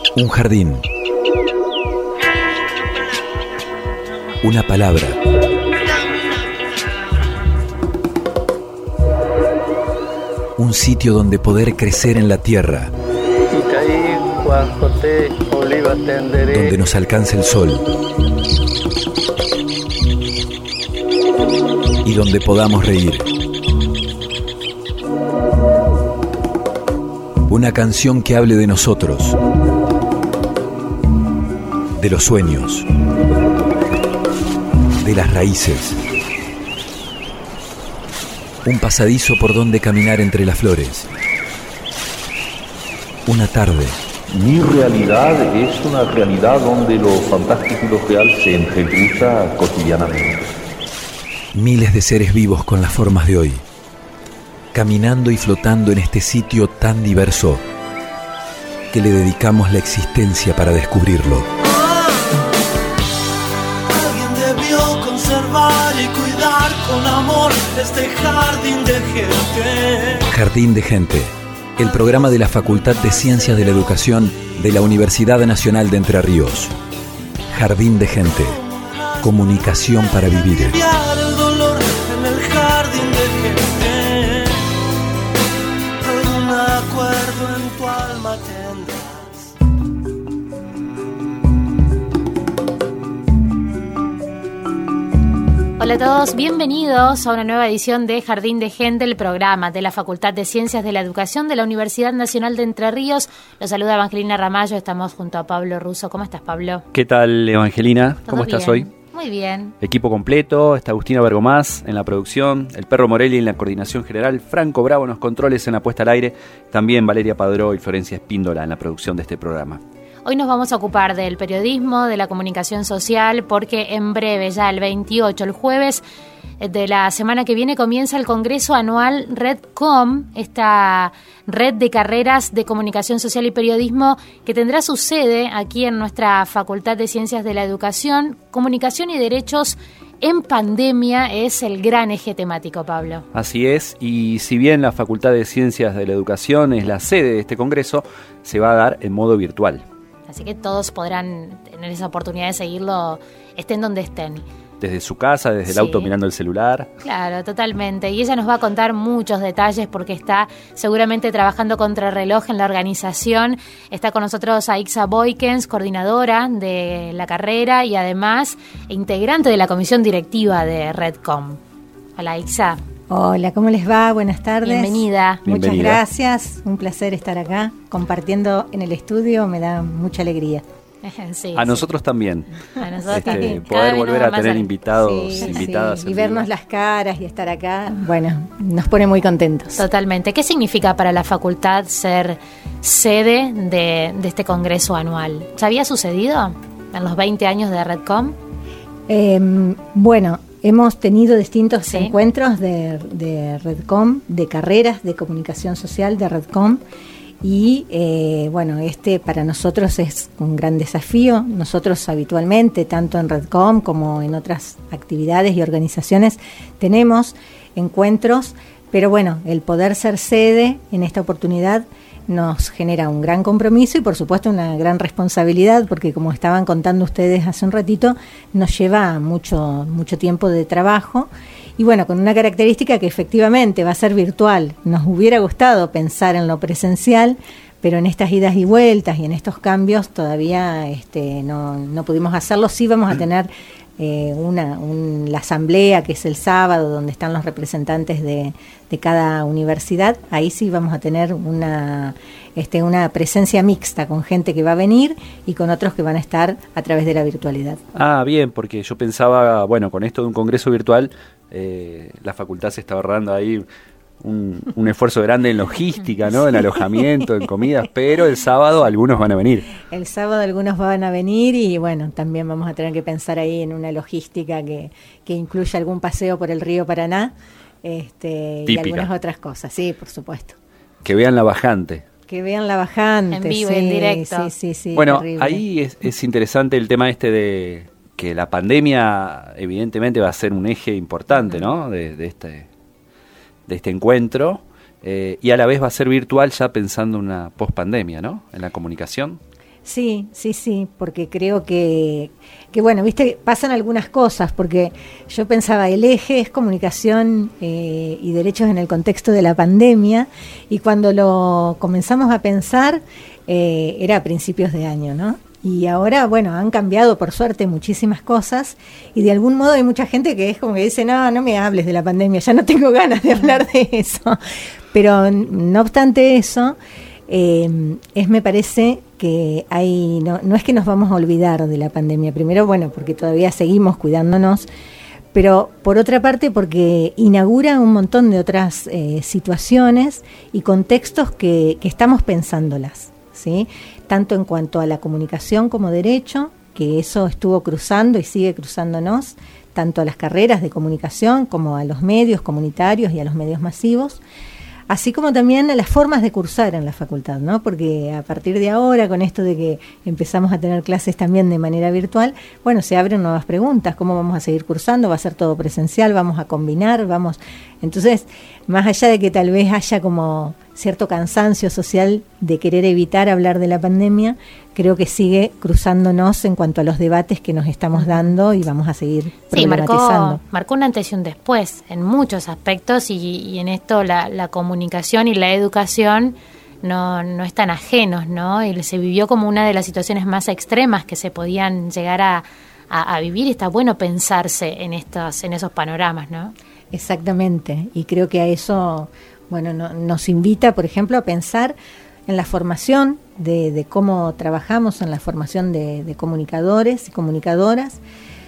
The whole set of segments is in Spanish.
Un jardín. Una palabra. Un sitio donde poder crecer en la tierra. Donde nos alcance el sol. Y donde podamos reír. Una canción que hable de nosotros, de los sueños, de las raíces. Un pasadizo por donde caminar entre las flores. Una tarde. Mi realidad es una realidad donde lo fantástico y lo real se entrecruza cotidianamente. Miles de seres vivos con las formas de hoy, caminando y flotando en este sitio tan diverso que le dedicamos la existencia para descubrirlo. Alguien debió conservar y cuidar con amor este jardín de gente. Jardín de Gente, el programa de la Facultad de Ciencias de la Educación de la Universidad Nacional de Entre Ríos. Jardín de Gente, comunicación para vivir. El dolor en el jardín de gente. Algún acuerdo en tu alma tendrás. Hola a todos, bienvenidos a una nueva edición de Jardín de Gente, el programa de la Facultad de Ciencias de la Educación de la Universidad Nacional de Entre Ríos. Los saluda Evangelina Ramallo, estamos junto a Pablo Russo. ¿Cómo estás, Pablo? ¿Qué tal, Evangelina? ¿Cómo estás hoy? Muy bien. Equipo completo, está Agustina Bergomás en la producción, el Perro Morelli en la coordinación general, Franco Bravo en los controles en la puesta al aire, también Valeria Padró y Florencia Espíndola en la producción de este programa. Hoy nos vamos a ocupar del periodismo, de la comunicación social, porque en breve, ya el 28, el jueves de la semana que viene, comienza el Congreso Anual RedCom, esta red de carreras de comunicación social y periodismo que tendrá su sede aquí en nuestra Facultad de Ciencias de la Educación. Comunicación y derechos en pandemia es el gran eje temático, Pablo. Así es, y si bien la Facultad de Ciencias de la Educación es la sede de este congreso, se va a dar en modo virtual. Así que todos podrán tener esa oportunidad de seguirlo, estén donde estén. Desde su casa, desde el auto mirando el celular. Claro, totalmente. Y ella nos va a contar muchos detalles porque está seguramente trabajando contrarreloj en la organización. Está con nosotros Aixa Boykens, coordinadora de la carrera y además integrante de la comisión directiva de RedCom. Hola, Aixa. Hola, ¿cómo les va? Buenas tardes. Bienvenida. Muchas gracias, un placer estar acá compartiendo en el estudio, me da mucha alegría. Sí, a nosotros también. A nosotros también. Poder volver a tener invitados, invitadas. Y vernos las caras y estar acá, bueno, nos pone muy contentos. Totalmente. ¿Qué significa para la facultad ser sede de este congreso anual? ¿Ya había sucedido en los 20 años de RedCom? Bueno, hemos tenido distintos encuentros de RedCom, de carreras de comunicación social de RedCom. Y bueno, este para nosotros es un gran desafío. Nosotros habitualmente, tanto en RedCom como en otras actividades y organizaciones, tenemos encuentros, pero bueno, el poder ser sede en esta oportunidad nos genera un gran compromiso y por supuesto una gran responsabilidad, porque como estaban contando ustedes hace un ratito, nos lleva mucho tiempo de trabajo. Y bueno, con una característica que efectivamente va a ser virtual. Nos hubiera gustado pensar en lo presencial, pero en estas idas y vueltas y en estos cambios todavía no pudimos hacerlo. Sí vamos a tener la asamblea, que es el sábado, donde están los representantes de cada universidad. Ahí sí vamos a tener una presencia mixta con gente que va a venir y con otros que van a estar a través de la virtualidad. Ah, bien, porque yo pensaba, bueno, con esto de un congreso virtual, la facultad se está ahorrando ahí un esfuerzo grande en logística, ¿no? En alojamiento, en comidas, pero el sábado algunos van a venir. El sábado algunos van a venir y bueno, también vamos a tener que pensar ahí en una logística que incluya algún paseo por el río Paraná y algunas otras cosas, sí, por supuesto. Que vean la bajante. Que vean la bajante. En vivo, en directo. Sí, bueno, terrible. Ahí es interesante el tema de que la pandemia evidentemente va a ser un eje importante, ¿no? de este encuentro, y a la vez va a ser virtual ya pensando en una pospandemia, ¿no? En la comunicación. Sí, porque creo que bueno, viste, pasan algunas cosas, porque yo pensaba, el eje es comunicación y derechos en el contexto de la pandemia, y cuando lo comenzamos a pensar, era a principios de año, ¿no? Y ahora, bueno, han cambiado por suerte muchísimas cosas, y de algún modo hay mucha gente que es como que dice, no me hables de la pandemia, ya no tengo ganas de hablar de eso. Pero no obstante eso, me parece que no es que nos vamos a olvidar de la pandemia. Primero, bueno, porque todavía seguimos cuidándonos, pero por otra parte porque inaugura un montón de otras situaciones y contextos que estamos pensándolas, ¿sí? Tanto en cuanto a la comunicación como derecho, que eso estuvo cruzando y sigue cruzándonos, tanto a las carreras de comunicación como a los medios comunitarios y a los medios masivos, así como también a las formas de cursar en la facultad, ¿no? Porque a partir de ahora, con esto de que empezamos a tener clases también de manera virtual, bueno, se abren nuevas preguntas. ¿Cómo vamos a seguir cursando? ¿Va a ser todo presencial? ¿Vamos a combinar? Entonces, más allá de que tal vez haya como cierto cansancio social de querer evitar hablar de la pandemia, creo que sigue cruzándonos en cuanto a los debates que nos estamos dando y vamos a seguir problematizando. Marcó un antes y un después en muchos aspectos, y en esto la comunicación y la educación no están ajenos, ¿no? Y se vivió como una de las situaciones más extremas que se podían llegar a vivir, y está bueno pensarse en esos panoramas, ¿no? Exactamente, y creo que a eso, bueno, nos invita, por ejemplo, a pensar en la formación de cómo trabajamos en la formación de comunicadores y comunicadoras,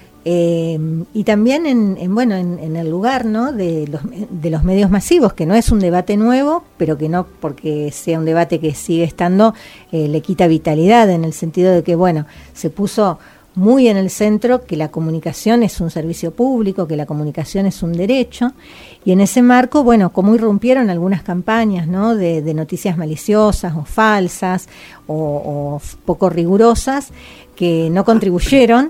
y también en el lugar, ¿no?, de los medios masivos, que no es un debate nuevo, pero que no porque sea un debate que sigue estando le quita vitalidad, en el sentido de que, bueno, se puso muy en el centro que la comunicación es un servicio público, que la comunicación es un derecho, y en ese marco, bueno, como irrumpieron algunas campañas, ¿no?, de noticias maliciosas o falsas o poco rigurosas, que no contribuyeron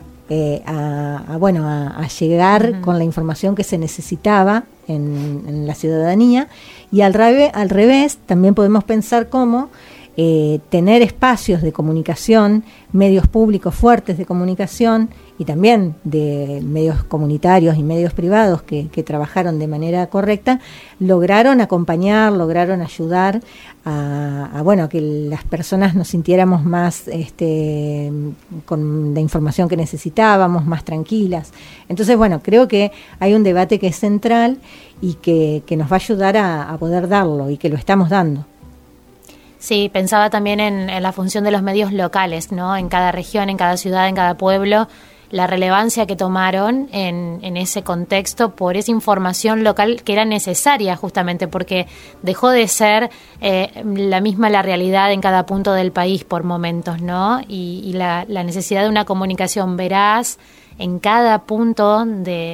a llegar con la información que se necesitaba en la ciudadanía, y al revés también podemos pensar cómo tener espacios de comunicación, medios públicos fuertes de comunicación, y también de medios comunitarios y medios privados que trabajaron de manera correcta, lograron acompañar, lograron ayudar a que las personas nos sintiéramos más con la información que necesitábamos, más tranquilas. Entonces, bueno, creo que hay un debate que es central y que nos va a ayudar a poder darlo, y que lo estamos dando. Sí, pensaba también en la función de los medios locales, ¿no? En cada región, en cada ciudad, en cada pueblo, la relevancia que tomaron en ese contexto por esa información local que era necesaria, justamente porque dejó de ser la realidad en cada punto del país por momentos, ¿no? Y la necesidad de una comunicación veraz en cada punto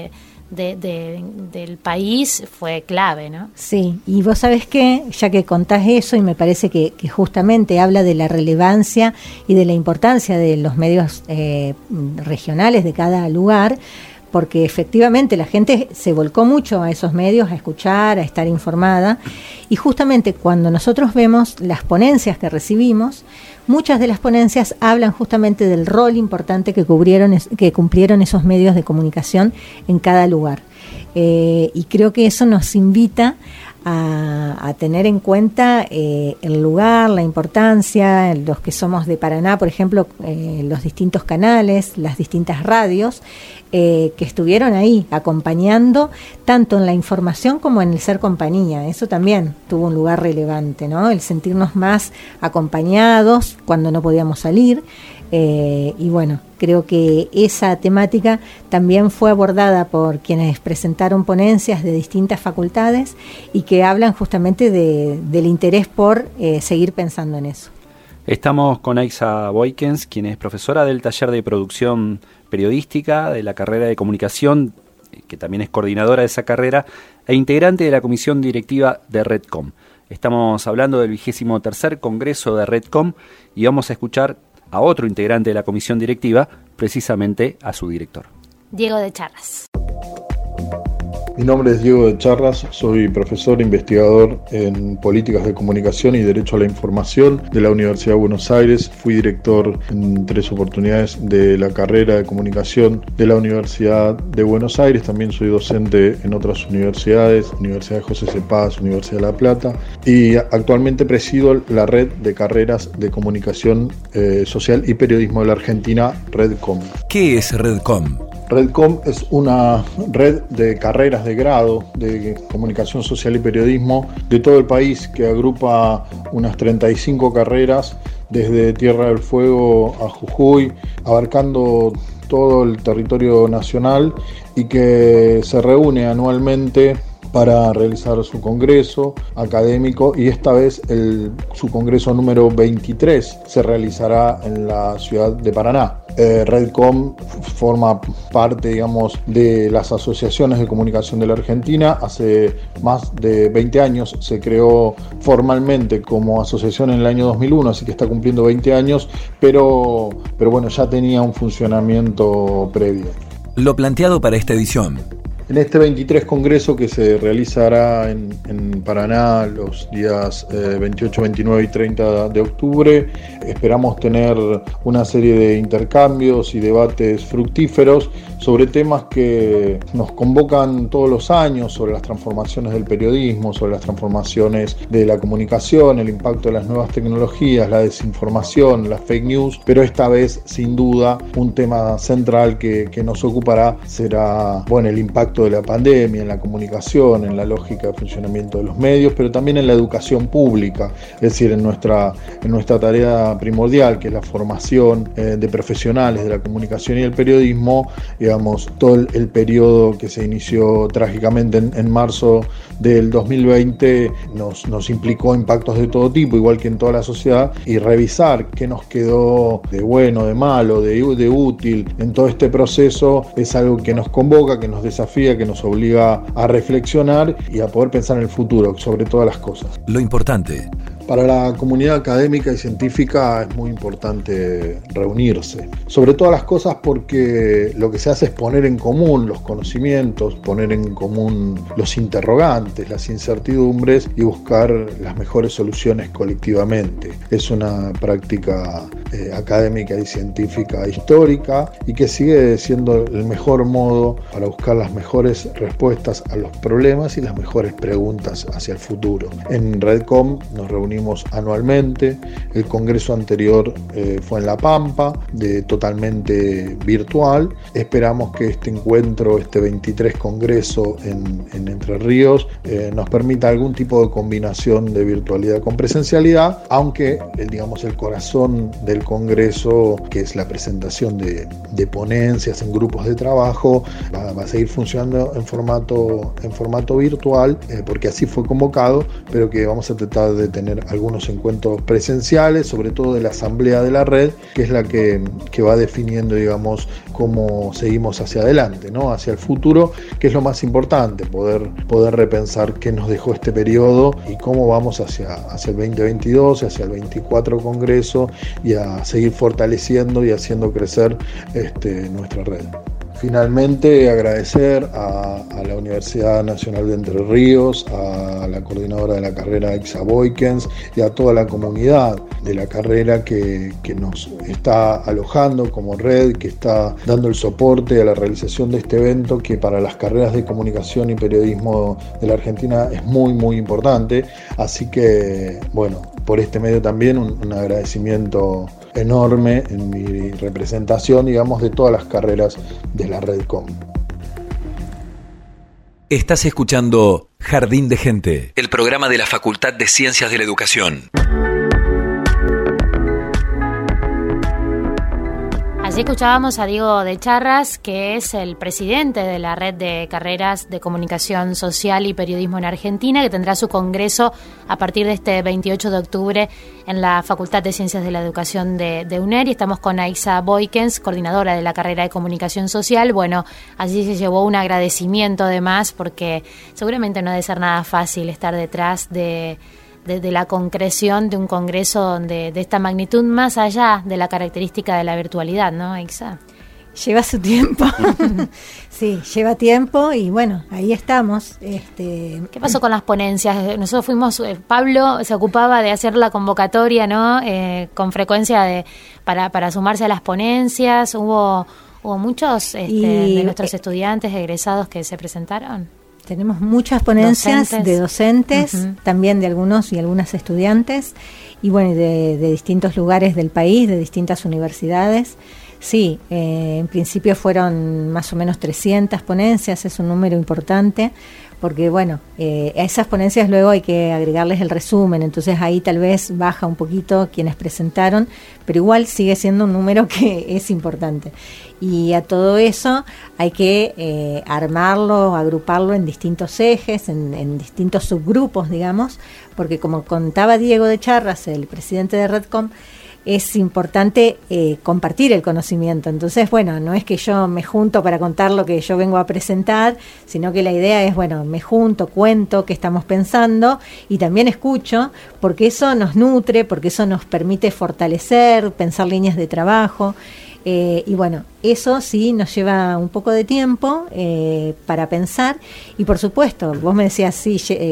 del país fue clave, ¿no? Sí, y vos sabés que, ya que contás eso, y me parece que justamente habla de la relevancia y de la importancia de los medios regionales de cada lugar, porque efectivamente la gente se volcó mucho a esos medios, a escuchar, a estar informada, y justamente cuando nosotros vemos las ponencias que recibimos, muchas de las ponencias hablan justamente del rol importante que cumplieron esos medios de comunicación en cada lugar. Y creo que eso nos invita a tener en cuenta el lugar, la importancia, los que somos de Paraná, por ejemplo, los distintos canales, las distintas radios, que estuvieron ahí acompañando tanto en la información como en el ser compañía. Eso también tuvo un lugar relevante, ¿no? El sentirnos más acompañados cuando no podíamos salir, y bueno, creo que esa temática también fue abordada por quienes presentaron ponencias de distintas facultades y que hablan justamente del interés por seguir pensando en eso. Estamos con Aixa Boykens, quien es profesora del taller de producción periodística de la carrera de comunicación, que también es coordinadora de esa carrera, e integrante de la comisión directiva de Redcom. Estamos hablando del 23º Congreso de Redcom y vamos a escuchar a otro integrante de la comisión directiva, precisamente a su director. Diego de Charras. Mi nombre es Diego de Charras, soy profesor e investigador en Políticas de Comunicación y Derecho a la Información de la Universidad de Buenos Aires. Fui director en 3 oportunidades de la carrera de Comunicación de la Universidad de Buenos Aires. También soy docente en otras universidades, Universidad de José C. Paz, Universidad de La Plata. Y actualmente presido la red de carreras de Comunicación Social y Periodismo de la Argentina, RedCom. ¿Qué es RedCom? RedCom es una red de carreras de grado de comunicación social y periodismo de todo el país que agrupa unas 35 carreras desde Tierra del Fuego a Jujuy, abarcando todo el territorio nacional y que se reúne anualmente para realizar su congreso académico, y esta vez su congreso número 23 se realizará en la ciudad de Paraná. RedCom forma parte, digamos, de las asociaciones de comunicación de la Argentina. Hace más de 20 años se creó formalmente como asociación en el año 2001, así que está cumpliendo 20 años, pero bueno, ya tenía un funcionamiento previo. Lo planteado para esta edición. En este 23 congreso que se realizará en Paraná los días 28, 29 y 30 de octubre, esperamos tener una serie de intercambios y debates fructíferos sobre temas que nos convocan todos los años, sobre las transformaciones del periodismo, sobre las transformaciones de la comunicación, el impacto de las nuevas tecnologías, la desinformación, las fake news, pero esta vez sin duda un tema central que nos ocupará será, bueno, el impacto de la pandemia en la comunicación, en la lógica de funcionamiento de los medios, pero también en la educación pública, es decir, en nuestra tarea primordial, que es la formación de profesionales de la comunicación y el periodismo. Digamos, todo el periodo que se inició trágicamente en marzo del 2020 nos implicó impactos de todo tipo, igual que en toda la sociedad, y revisar qué nos quedó de bueno, de malo, de útil en todo este proceso es algo que nos convoca, que nos desafía, que nos obliga a reflexionar y a poder pensar en el futuro, sobre todas las cosas. Lo importante. Para la comunidad académica y científica es muy importante reunirse, sobre todas las cosas porque lo que se hace es poner en común los conocimientos, poner en común los interrogantes, las incertidumbres y buscar las mejores soluciones colectivamente. Es una práctica académica y científica histórica y que sigue siendo el mejor modo para buscar las mejores respuestas a los problemas y las mejores preguntas hacia el futuro. En RedCom nos reunimos anualmente. El congreso anterior fue en La Pampa, totalmente virtual. Esperamos que este encuentro, este 23 congreso en Entre Ríos, nos permita algún tipo de combinación de virtualidad con presencialidad, aunque el corazón del congreso, que es la presentación de ponencias en grupos de trabajo, va a seguir funcionando en formato virtual, porque así fue convocado, pero que vamos a tratar de tener algunos encuentros presenciales, sobre todo de la asamblea de la red, que es la que va definiendo, digamos, cómo seguimos hacia adelante, ¿no? Hacia el futuro, que es lo más importante, poder repensar qué nos dejó este periodo y cómo vamos hacia el 2022, hacia el 24 Congreso, y a seguir fortaleciendo y haciendo crecer nuestra red. Finalmente, agradecer a la Universidad Nacional de Entre Ríos, a la coordinadora de la carrera Aixa Boykens y a toda la comunidad de la carrera que nos está alojando como red, que está dando el soporte a la realización de este evento, que para las carreras de comunicación y periodismo de la Argentina es muy, muy importante. Así que, bueno, por este medio también un agradecimiento enorme en mi representación, digamos, de todas las carreras de la RedCom. Estás escuchando Jardín de Gente, el programa de la Facultad de Ciencias de la Educación. Allí escuchábamos a Diego de Charras, que es el presidente de la Red de Carreras de Comunicación Social y Periodismo en Argentina, que tendrá su congreso a partir de este 28 de octubre en la Facultad de Ciencias de la Educación de UNER. Y estamos con Aixa Boykens, coordinadora de la carrera de Comunicación Social. Bueno, allí se llevó un agradecimiento además, porque seguramente no debe ser nada fácil estar detrás de la concreción de un congreso de esta magnitud, más allá de la característica de la virtualidad, ¿no, Aixa? Lleva su tiempo. Sí, lleva tiempo y bueno, ahí estamos. ¿Qué pasó con las ponencias? Nosotros fuimos, Pablo se ocupaba de hacer la convocatoria, ¿no? Con frecuencia para sumarse a las ponencias. Hubo muchos de nuestros estudiantes egresados que se presentaron. Tenemos muchas ponencias de docentes, uh-huh. También de algunos y algunas estudiantes, y bueno, de distintos lugares del país, de distintas universidades. Sí, en principio fueron más o menos 300 ponencias, es un número importante, porque bueno, a esas ponencias luego hay que agregarles el resumen, entonces ahí tal vez baja un poquito quienes presentaron, pero igual sigue siendo un número que es importante. Y a todo eso hay que armarlo, agruparlo en distintos ejes, en distintos subgrupos, digamos, porque como contaba Diego de Charras, el presidente de Redcom, es importante compartir el conocimiento. Entonces, bueno, no es que yo me junto para contar lo que yo vengo a presentar, sino que la idea es, bueno, me junto, cuento qué estamos pensando y también escucho, porque eso nos nutre, porque eso nos permite fortalecer, pensar líneas de trabajo. Y bueno, eso sí nos lleva un poco de tiempo para pensar, y por supuesto, vos me decías si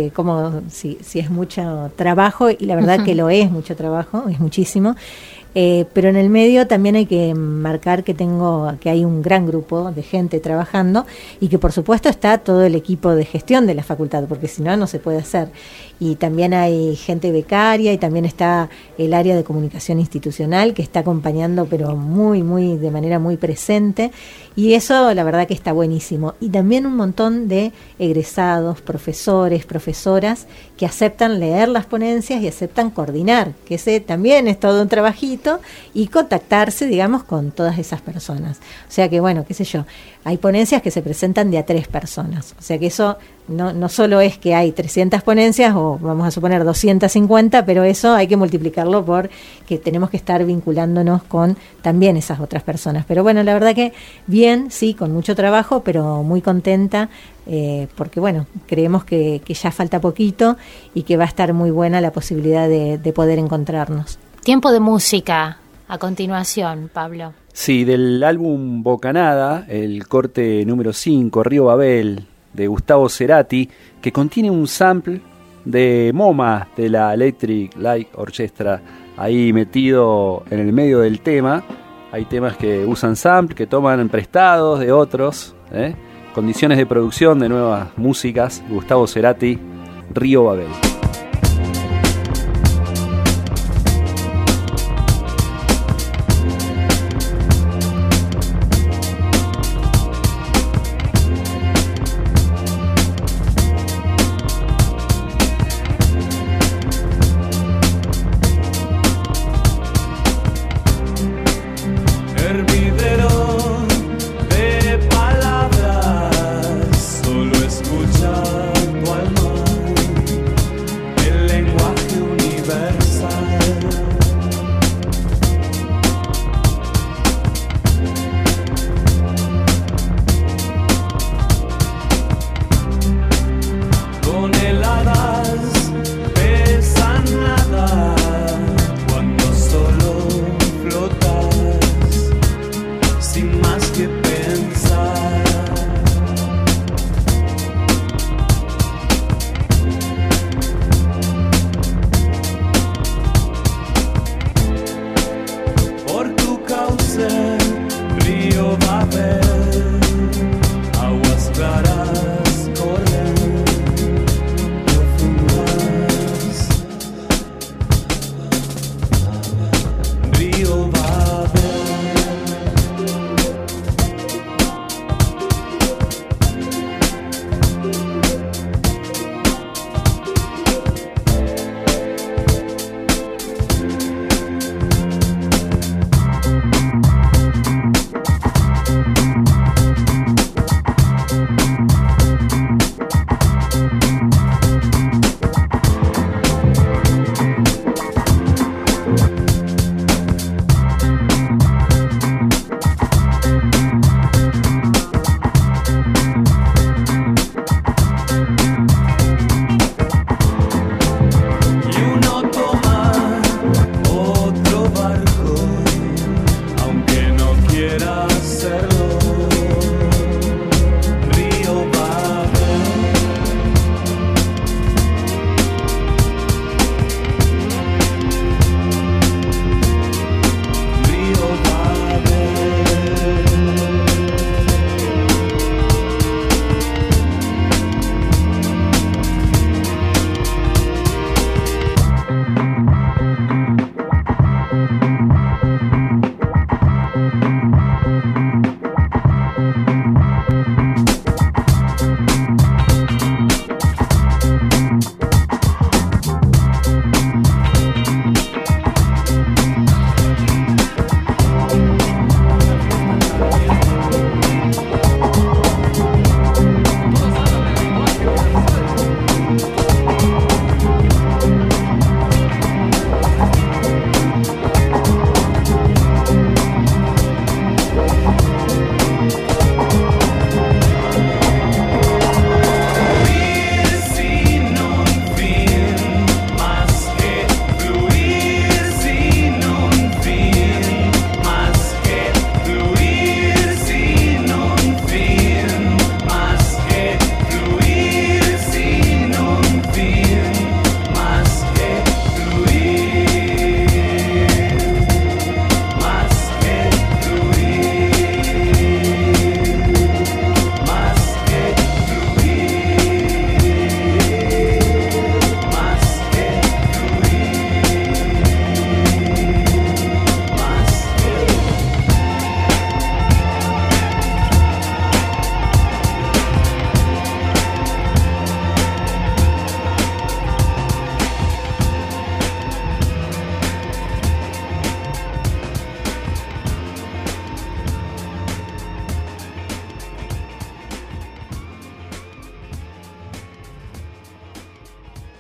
es mucho trabajo, y la verdad que lo es mucho trabajo, es muchísimo, pero en el medio también hay que marcar que hay un gran grupo de gente trabajando, y que por supuesto está todo el equipo de gestión de la facultad, porque si no, no se puede hacer. Y también hay gente becaria, y también está el área de comunicación institucional que está acompañando, pero de manera muy presente, y eso la verdad que está buenísimo. Y también un montón de egresados, profesores, profesoras que aceptan leer las ponencias y aceptan coordinar, que ese también es todo un trabajito, y contactarse, digamos, con todas esas personas. O sea que bueno, qué sé yo, hay ponencias que se presentan de a 3 personas, o sea que eso no solo es que hay 300 ponencias, o vamos a suponer 250, pero eso hay que multiplicarlo por que tenemos que estar vinculándonos con también esas otras personas. Pero bueno, la verdad que bien, sí, con mucho trabajo, pero muy contenta, porque bueno, creemos que ya falta poquito y que va a estar muy buena la posibilidad de poder encontrarnos. Tiempo de música a continuación, Pablo. Sí, del álbum Bocanada, el corte número 5, Río Babel, de Gustavo Cerati, que contiene un sample de MoMA, de la Electric Light Orchestra, ahí metido en el medio del tema. Hay temas que usan sample, que toman prestados de otros, condiciones de producción de nuevas músicas. Gustavo Cerati, Río Babel.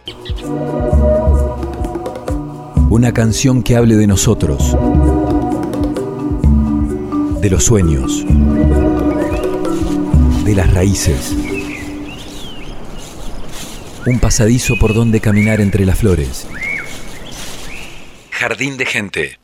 Una canción que hable de nosotros, de los sueños, de las raíces. Un pasadizo por donde caminar entre las flores. Jardín de gente.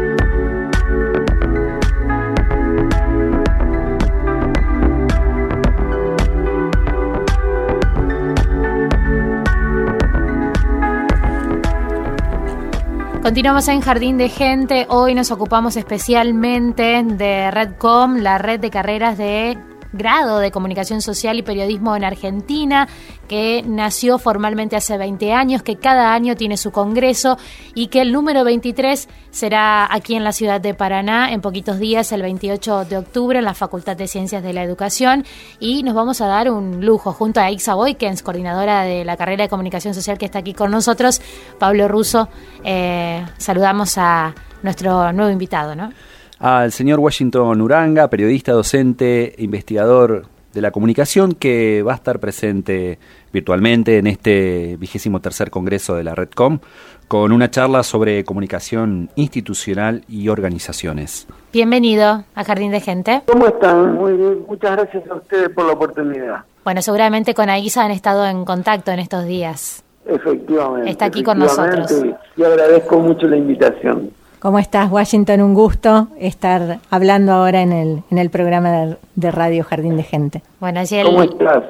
Continuamos en Jardín de Gente. Hoy nos ocupamos especialmente de RedCom, la red de carreras de grado de Comunicación Social y Periodismo en Argentina, que nació formalmente hace 20 años, que cada año tiene su congreso y que el número 23 será aquí en la ciudad de Paraná en poquitos días, el 28 de octubre, en la Facultad de Ciencias de la Educación. Y nos vamos a dar un lujo junto a Ixa Boykens, coordinadora de la carrera de Comunicación Social, que está aquí con nosotros. Pablo Russo, saludamos a nuestro nuevo invitado, ¿no? Al señor Washington Uranga, periodista, docente, investigador de la comunicación, que va a estar presente virtualmente en este 23º Congreso de la RedCom, con una charla sobre comunicación institucional y organizaciones. Bienvenido a Jardín de Gente. ¿Cómo están? Muy bien, muchas gracias a ustedes por la oportunidad. Bueno, seguramente con Aguisa han estado en contacto en estos días. Efectivamente. Está aquí con nosotros. Y agradezco mucho la invitación. ¿Cómo estás, Washington? Un gusto estar hablando ahora en el programa de Radio Jardín de Gente. Bueno, ¿Cómo estás?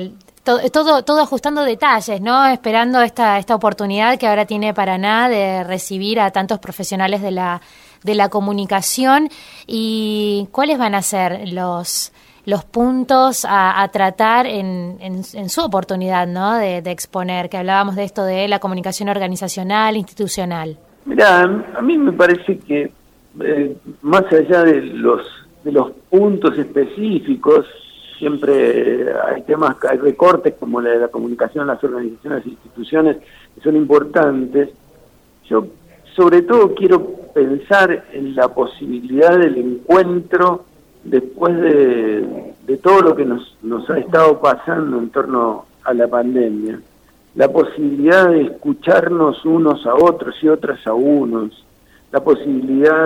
Todo ajustando detalles, ¿no? Esperando esta oportunidad que ahora tiene Paraná de recibir a tantos profesionales de la comunicación. ¿Y cuáles van a ser los puntos a tratar en su oportunidad, ¿no? De exponer, que hablábamos de esto de la comunicación organizacional, institucional? Mirá, a mí me parece que más allá de los puntos específicos, siempre hay recortes como la de la comunicación, las organizaciones e instituciones que son importantes. Yo sobre todo quiero pensar en la posibilidad del encuentro después de todo lo que nos ha estado pasando en torno a la pandemia. La posibilidad de escucharnos unos a otros y otras a unos, la posibilidad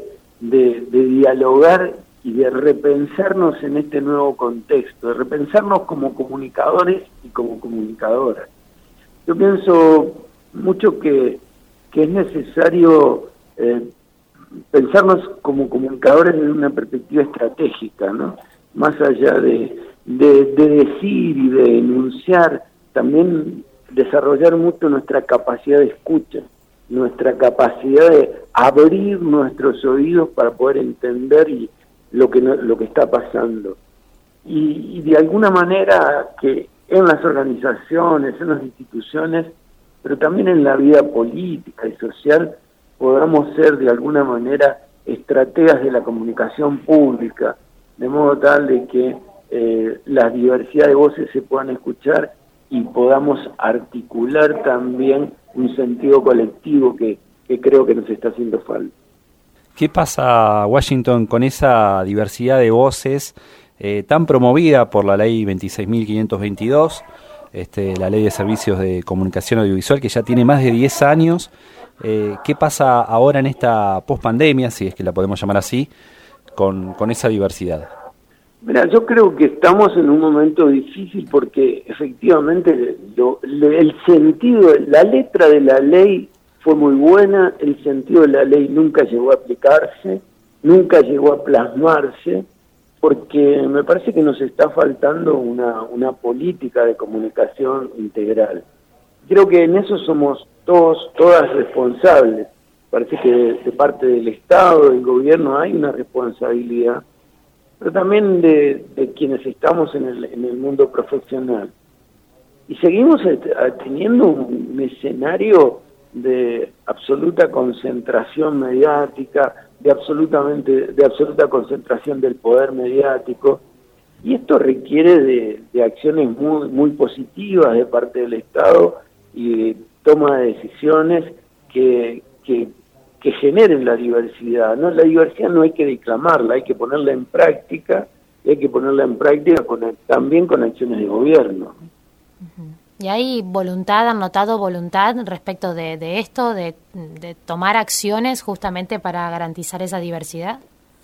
de dialogar y de repensarnos en este nuevo contexto, de repensarnos como comunicadores y como comunicadoras. Yo pienso mucho que es necesario pensarnos como comunicadores desde una perspectiva estratégica, ¿no? Más allá de decir y de enunciar, también desarrollar mucho nuestra capacidad de escucha, nuestra capacidad de abrir nuestros oídos para poder entender lo que está pasando. Y de alguna manera que en las organizaciones, en las instituciones, pero también en la vida política y social, podamos ser de alguna manera estrategas de la comunicación pública, de modo tal de que la diversidad de voces se puedan escuchar y podamos articular también un sentido colectivo que creo que nos está haciendo falta. ¿Qué pasa, Washington, con esa diversidad de voces tan promovida por la ley 26.522, la ley de servicios de comunicación audiovisual, que ya tiene más de 10 años? ¿Qué pasa ahora en esta pospandemia, si es que la podemos llamar así, con esa diversidad? Mira, yo creo que estamos en un momento difícil porque efectivamente el sentido, la letra de la ley fue muy buena, el sentido de la ley nunca llegó a aplicarse, nunca llegó a plasmarse, porque me parece que nos está faltando una política de comunicación integral. Creo que en eso somos todas responsables. Parece que de parte del Estado, del gobierno, hay una responsabilidad, pero también de quienes estamos en el mundo profesional. Y seguimos teniendo un escenario de absoluta concentración mediática, de absoluta concentración del poder mediático, y esto requiere de acciones muy positivas de parte del Estado y de toma de decisiones que generen la diversidad, ¿no? La diversidad no hay que declamarla, hay que ponerla en práctica, y hay que ponerla en práctica también con acciones de gobierno. ¿Y hay voluntad, han notado voluntad respecto de esto, de tomar acciones justamente para garantizar esa diversidad?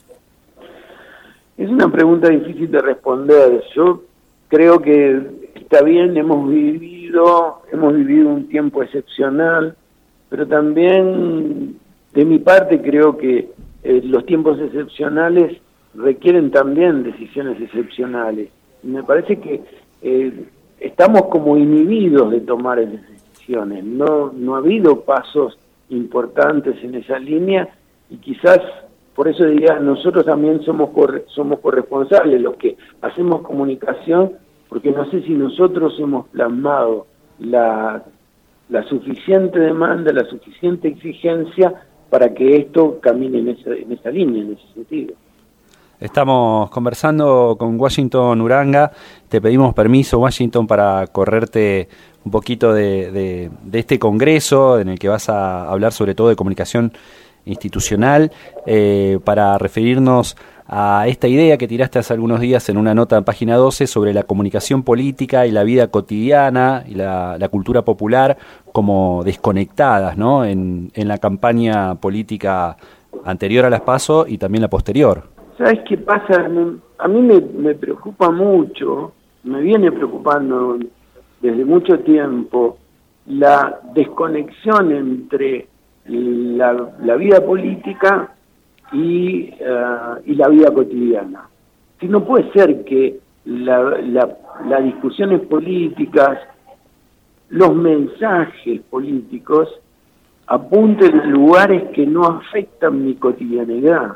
Es una pregunta difícil de responder. Yo creo que está bien, hemos vivido un tiempo excepcional, pero también de mi parte creo que los tiempos excepcionales requieren también decisiones excepcionales. Y me parece que estamos como inhibidos de tomar esas decisiones. No ha habido pasos importantes en esa línea y quizás por eso diría, nosotros también somos corresponsables, los que hacemos comunicación, porque no sé si nosotros hemos plasmado la suficiente demanda, la suficiente exigencia para que esto camine en esa línea, en ese sentido. Estamos conversando con Washington Uranga. Te pedimos permiso, Washington, para correrte un poquito de este congreso en el que vas a hablar sobre todo de comunicación institucional, para referirnos a esta idea que tiraste hace algunos días en una nota en página 12 sobre la comunicación política y la vida cotidiana y la cultura popular como desconectadas, ¿no? en la campaña política anterior a las PASO y también la posterior. ¿Sabes qué pasa? A mí me preocupa mucho, me viene preocupando desde mucho tiempo la desconexión entre la vida política y la vida cotidiana. Si no puede ser que las discusiones políticas, los mensajes políticos apunten a lugares que no afectan mi cotidianidad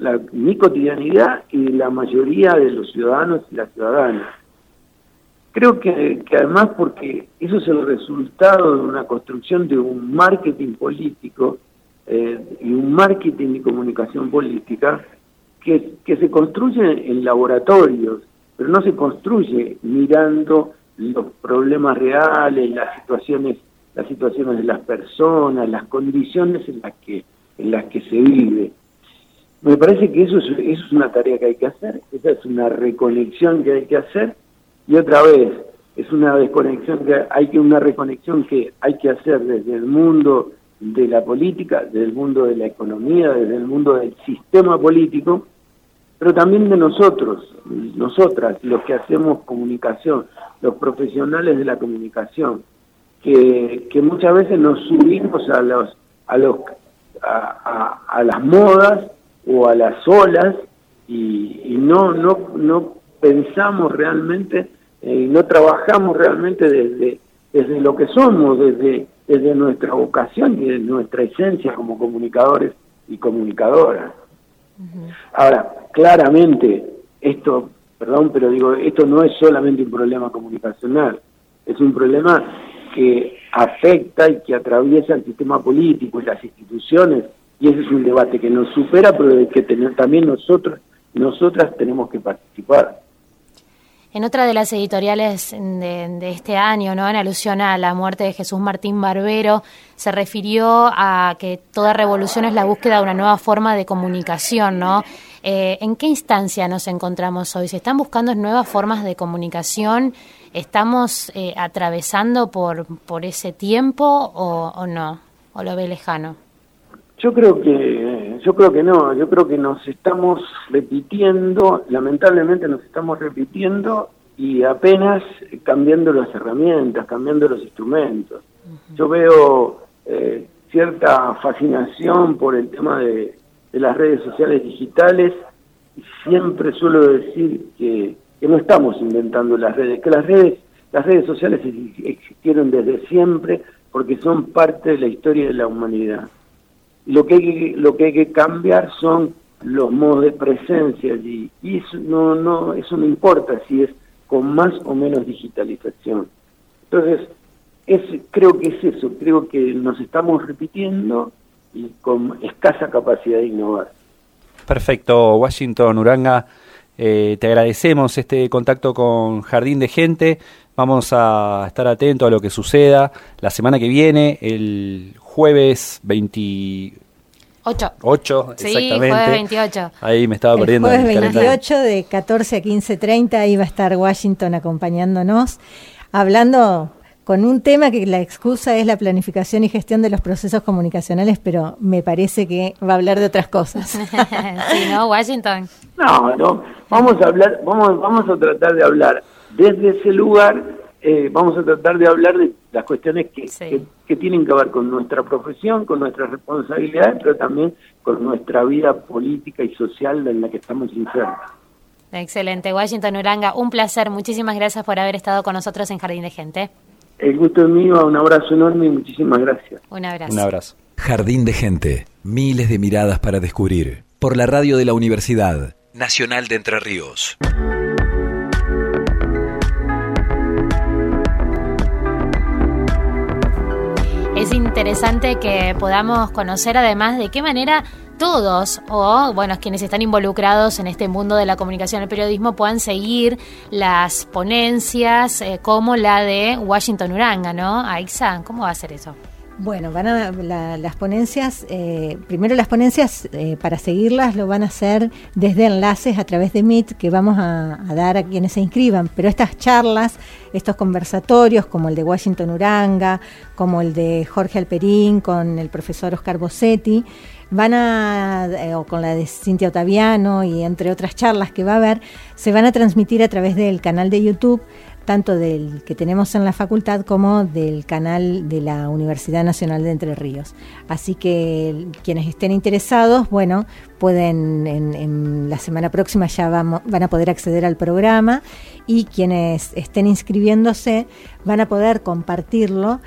y la mayoría de los ciudadanos y las ciudadanas. Creo que además porque eso es el resultado de una construcción de un marketing político y un marketing de comunicación política que se construye en laboratorios, pero no se construye mirando los problemas reales, las situaciones de las personas, las condiciones en las que se vive. Me parece que eso es una tarea que hay que hacer, esa es una reconexión que hay que hacer. Y otra vez, es una reconexión que hay que hacer desde el mundo de la política, desde el mundo de la economía, desde el mundo del sistema político, pero también de nosotras, los que hacemos comunicación, los profesionales de la comunicación, que muchas veces nos subimos a las modas o a las olas y no pensamos realmente y no trabajamos realmente desde lo que somos, desde nuestra vocación y desde nuestra esencia como comunicadores y comunicadoras. Uh-huh. Ahora, claramente, esto no es solamente un problema comunicacional, es un problema que afecta y que atraviesa el sistema político y las instituciones, y ese es un debate que nos supera, pero del que también nosotras tenemos que participar. En otra de las editoriales de este año, ¿no?, en alusión a la muerte de Jesús Martín Barbero, se refirió a que toda revolución es la búsqueda de una nueva forma de comunicación, ¿no? ¿En qué instancia nos encontramos hoy? ¿Se están buscando nuevas formas de comunicación? ¿Estamos atravesando por ese tiempo o no? ¿O lo ve lejano? Yo creo que no, yo creo que nos estamos repitiendo, lamentablemente nos estamos repitiendo y apenas cambiando las herramientas, cambiando los instrumentos. Uh-huh. Yo veo cierta fascinación por el tema de las redes sociales digitales y siempre suelo decir que no estamos inventando las redes, que las redes sociales existieron desde siempre porque son parte de la historia de la humanidad. Lo que hay que cambiar son los modos de presencia allí, y eso no importa si es con más o menos digitalización. Entonces, creo que es eso, creo que nos estamos repitiendo y con escasa capacidad de innovar. Perfecto, Washington Uranga, te agradecemos este contacto con Jardín de Gente. Vamos a estar atentos a lo que suceda la semana que viene, el jueves 28. Sí, exactamente. Jueves 28. Ahí me estaba perdiendo. El jueves 28 de 14 a 15:30, ahí va a estar Washington acompañándonos, hablando con un tema que la excusa es la planificación y gestión de los procesos comunicacionales, pero me parece que va a hablar de otras cosas. Sí, ¿no, Washington? No, vamos a tratar de hablar desde ese lugar, vamos a tratar de hablar de las cuestiones que tienen que ver con nuestra profesión, con nuestras responsabilidades, pero también con nuestra vida política y social en la que estamos insertos. Excelente. Washington Uranga, un placer. Muchísimas gracias por haber estado con nosotros en Jardín de Gente. El gusto es mío, un abrazo enorme y muchísimas gracias. Un abrazo. Un abrazo. Jardín de Gente, miles de miradas para descubrir. Por la radio de la Universidad Nacional de Entre Ríos. Es interesante que podamos conocer además de qué manera todos, o bueno, quienes están involucrados en este mundo de la comunicación y el periodismo, puedan seguir las ponencias como la de Washington Uranga, ¿no? Aixa, ¿cómo va a ser eso? Bueno, las ponencias, primero las ponencias, para seguirlas lo van a hacer desde enlaces a través de Meet que vamos a dar a quienes se inscriban, pero estas charlas, estos conversatorios como el de Washington Uranga, como el de Jorge Alperín con el profesor Oscar Bossetti, o con la de Cintia Ottaviano y entre otras charlas que va a haber, se van a transmitir a través del canal de YouTube, tanto del que tenemos en la facultad como del canal de la Universidad Nacional de Entre Ríos. Así que quienes estén interesados, bueno, pueden en la semana próxima ya van a poder acceder al programa, y quienes estén inscribiéndose van a poder compartirlo.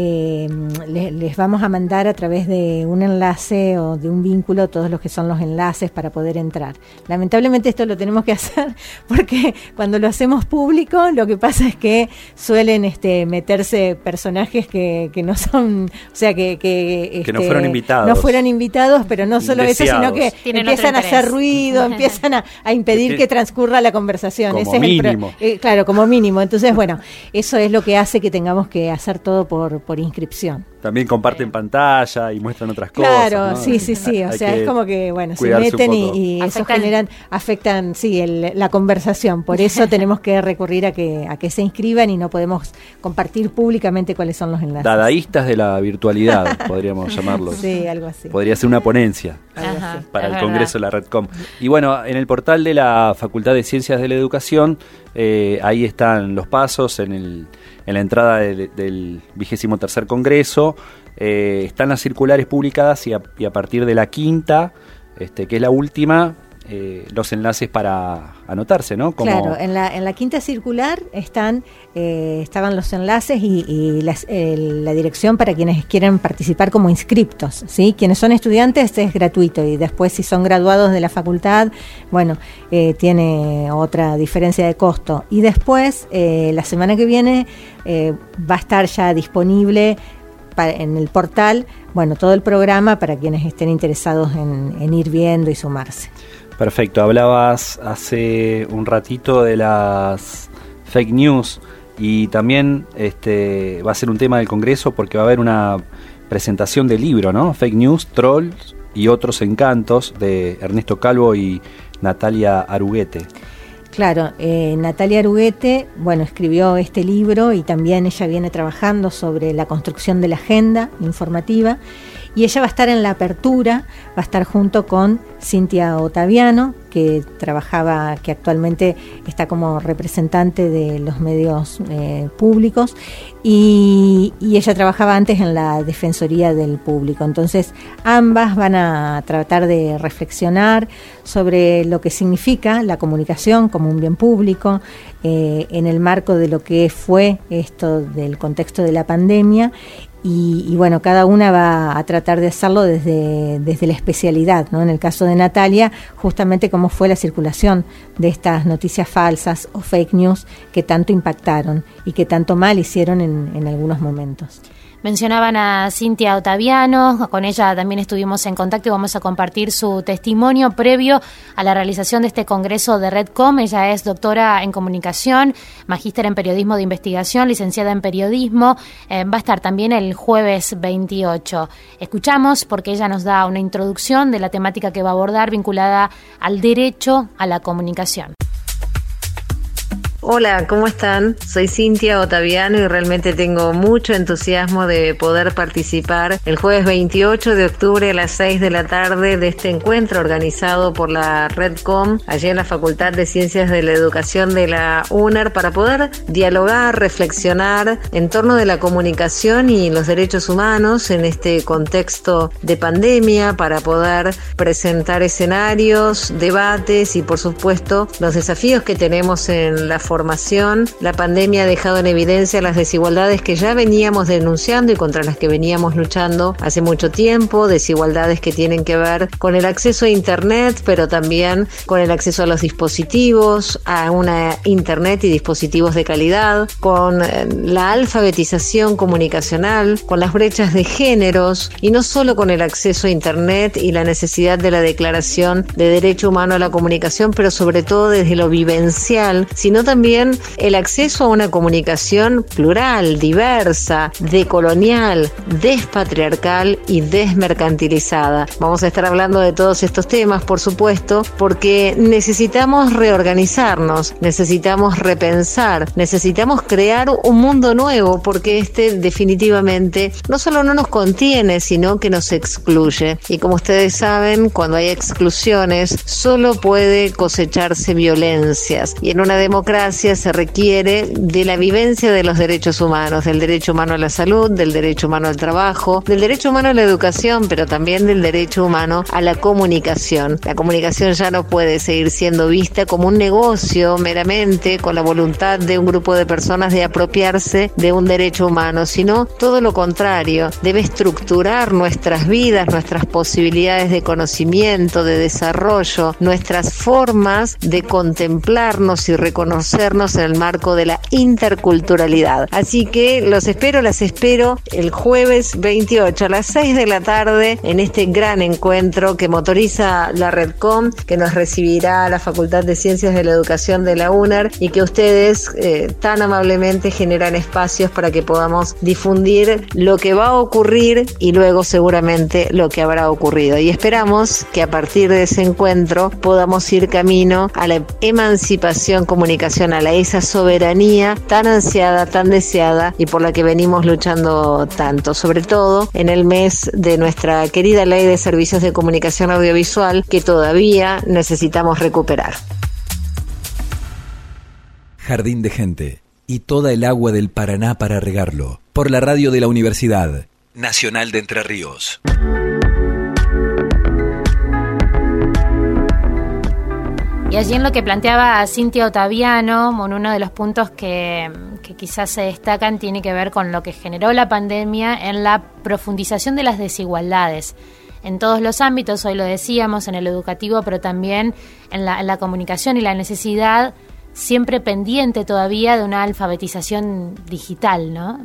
Les vamos a mandar a través de un enlace o de un vínculo todos los que son los enlaces para poder entrar. Lamentablemente esto lo tenemos que hacer porque cuando lo hacemos público lo que pasa es que suelen meterse personajes que no son, o sea que no fueron invitados. No fueron invitados, pero no solo eso, sino que empiezan a hacer ruido, empiezan a impedir que transcurra la conversación. Como ese mínimo. Claro, como mínimo. Entonces, bueno, eso es lo que hace que tengamos que hacer todo por inscripción. También comparten pantalla y muestran otras cosas. Claro, ¿no? Sí. O sea, es como que, bueno, se meten y eso afectan la conversación. Por eso tenemos que recurrir a que se inscriban y no podemos compartir públicamente cuáles son los enlaces. Dadaístas de la virtualidad, podríamos llamarlos. Sí, algo así. Podría ser una ponencia para el Congreso de la Redcom. Y bueno, en el portal de la Facultad de Ciencias de la Educación, ahí están los pasos en la entrada del 23º Congreso. Están las circulares publicadas y a partir de la quinta, que es la última, los enlaces para anotarse, ¿no? Claro, en la quinta circular estaban los enlaces y la dirección para quienes quieren participar como inscriptos, ¿sí? Quienes son estudiantes es gratuito, y después si son graduados de la facultad, bueno, tiene otra diferencia de costo. Y después, la semana que viene, va a estar ya disponible en el portal, bueno, todo el programa para quienes estén interesados en ir viendo y sumarse. Perfecto, hablabas hace un ratito de las fake news y también va a ser un tema del Congreso porque va a haber una presentación del libro, ¿no? Fake News, Trolls y otros encantos, de Ernesto Calvo y Natalia Aruguete. Claro, Natalia Aruguete, bueno, escribió este libro y también ella viene trabajando sobre la construcción de la agenda informativa, y ella va a estar en la apertura, va a estar junto con Cintia Ottaviano, que actualmente está como representante de los medios públicos, y ella trabajaba antes en la Defensoría del Público. Entonces, ambas van a tratar de reflexionar sobre lo que significa la comunicación como un bien público, en el marco de lo que fue esto del contexto de la pandemia. Y bueno, cada una va a tratar de hacerlo desde la especialidad, ¿no? En el caso de Natalia, justamente cómo fue la circulación de estas noticias falsas o fake news que tanto impactaron y que tanto mal hicieron en algunos momentos. Mencionaban a Cintia Ottaviano, con ella también estuvimos en contacto y vamos a compartir su testimonio previo a la realización de este congreso de Redcom. Ella es doctora en comunicación, magíster en periodismo de investigación, licenciada en periodismo. Va a estar también el jueves 28. Escuchamos porque ella nos da una introducción de la temática que va a abordar vinculada al derecho a la comunicación. Hola, ¿cómo están? Soy Cintia Otaviano y realmente tengo mucho entusiasmo de poder participar el jueves 28 de octubre a las 6 de la tarde de este encuentro organizado por la Redcom, allí en la Facultad de Ciencias de la Educación de la UNER, para poder dialogar, reflexionar en torno de la comunicación y los derechos humanos en este contexto de pandemia, para poder presentar escenarios, debates y por supuesto los desafíos que tenemos en la formación. La pandemia ha dejado en evidencia las desigualdades que ya veníamos denunciando y contra las que veníamos luchando hace mucho tiempo, desigualdades que tienen que ver con el acceso a Internet, pero también con el acceso a los dispositivos, a una Internet y dispositivos de calidad, con la alfabetización comunicacional, con las brechas de géneros y no solo con el acceso a Internet y la necesidad de la declaración de derecho humano a la comunicación, pero sobre todo desde lo vivencial, sino también el acceso a una comunicación plural, diversa, decolonial, despatriarcal y desmercantilizada. Vamos a estar hablando de todos estos temas, por supuesto, porque necesitamos reorganizarnos, necesitamos repensar, necesitamos crear un mundo nuevo, porque este definitivamente no solo no nos contiene, sino que nos excluye. Y como ustedes saben, cuando hay exclusiones, solo puede cosecharse violencias. Y en una democracia se requiere de la vivencia de los derechos humanos, del derecho humano a la salud, del derecho humano al trabajo, del derecho humano a la educación, pero también del derecho humano a la comunicación. La comunicación ya no puede seguir siendo vista como un negocio meramente con la voluntad de un grupo de personas de apropiarse de un derecho humano, sino todo lo contrario, debe estructurar nuestras vidas, nuestras posibilidades de conocimiento, de desarrollo, nuestras formas de contemplarnos y reconocernos en el marco de la interculturalidad. Así que las espero el jueves 28 a las 6 de la tarde en este gran encuentro que motoriza la Redcom, que nos recibirá la Facultad de Ciencias de la Educación de la UNER y que ustedes tan amablemente generan espacios para que podamos difundir lo que va a ocurrir y luego seguramente lo que habrá ocurrido. Y esperamos que a partir de ese encuentro podamos ir camino a la emancipación comunicacional, a esa soberanía tan ansiada, tan deseada y por la que venimos luchando tanto, sobre todo en el mes de nuestra querida Ley de Servicios de Comunicación Audiovisual que todavía necesitamos recuperar. Jardín de Gente y toda el agua del Paraná para regarlo, por la radio de la Universidad Nacional de Entre Ríos. Y allí en lo que planteaba Cintia Otaviano, en uno de los puntos que quizás se destacan tiene que ver con lo que generó la pandemia en la profundización de las desigualdades en todos los ámbitos, hoy lo decíamos, en el educativo, pero también en la comunicación y la necesidad siempre pendiente todavía de una alfabetización digital, ¿no?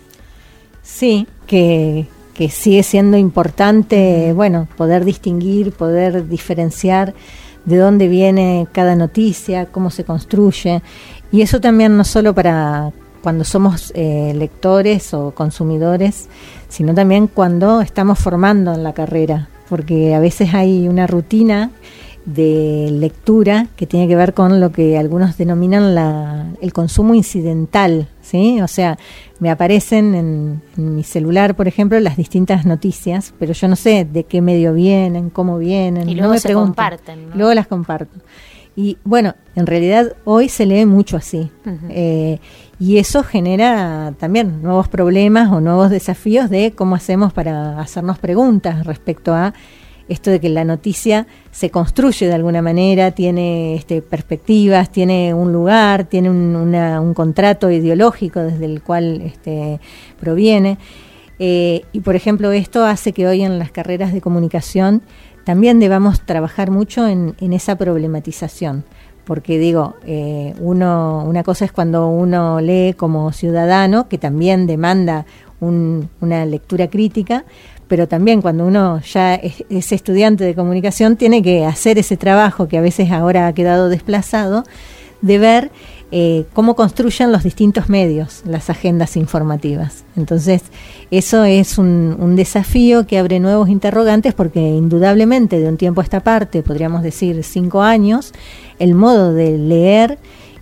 Sí, que sigue siendo importante, poder distinguir, poder diferenciar de dónde viene cada noticia, cómo se construye, y eso también no solo para cuando somos lectores o consumidores, sino también cuando estamos formando en la carrera, porque a veces hay una rutina de lectura que tiene que ver con lo que algunos denominan el consumo incidental, ¿sí? O sea, me aparecen en mi celular, por ejemplo, las distintas noticias, pero yo no sé de qué medio vienen, cómo vienen. Y luego no me se preguntan. comparten, ¿no? Luego las comparto. Y bueno, en realidad hoy se lee mucho así. Uh-huh. Y eso genera también nuevos problemas o nuevos desafíos de cómo hacemos para hacernos preguntas respecto a esto de que la noticia se construye de alguna manera, tiene perspectivas, tiene un lugar, tiene un contrato ideológico desde el cual proviene. Y por ejemplo, esto hace que hoy en las carreras de comunicación también debamos trabajar mucho en esa problematización. Porque digo, una cosa es cuando uno lee como ciudadano, que también demanda una lectura crítica, pero también cuando uno ya es estudiante de comunicación tiene que hacer ese trabajo que a veces ahora ha quedado desplazado, de ver cómo construyen los distintos medios las agendas informativas. Entonces, eso es un desafío que abre nuevos interrogantes, porque indudablemente de un tiempo a esta parte, podríamos decir 5 años, el modo de leer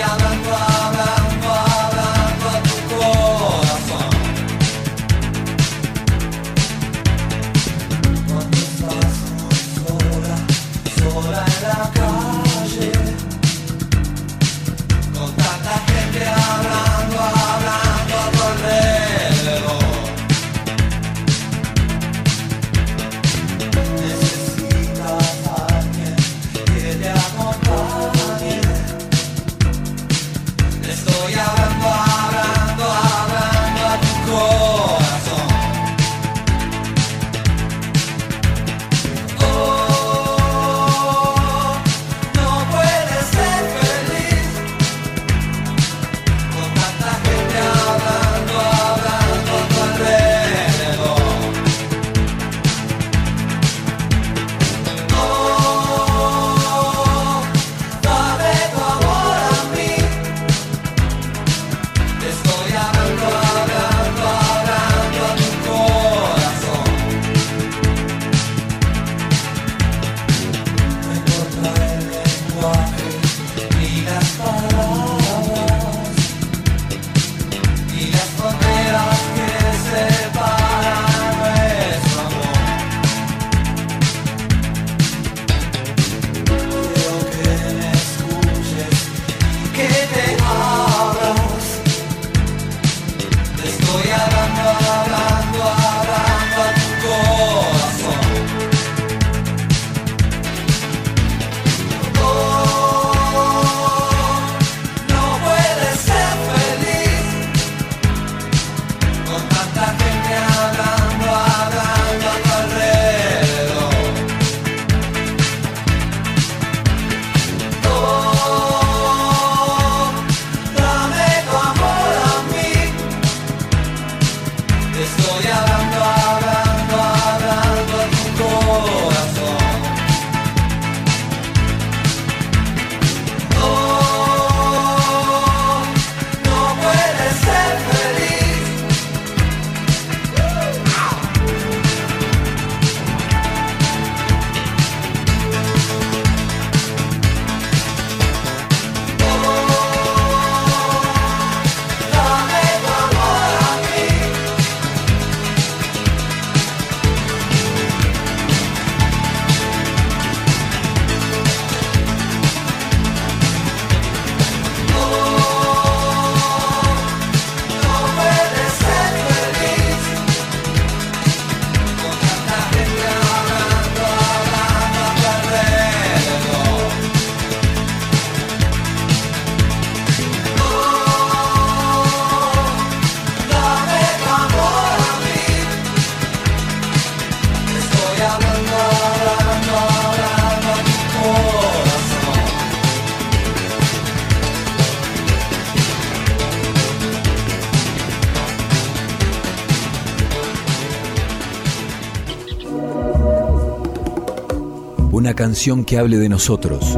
Una canción que hable de nosotros,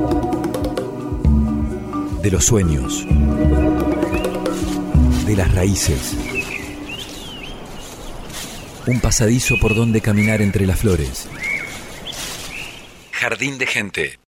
de los sueños, de las raíces. Un pasadizo por donde caminar entre las flores. Jardín de gente.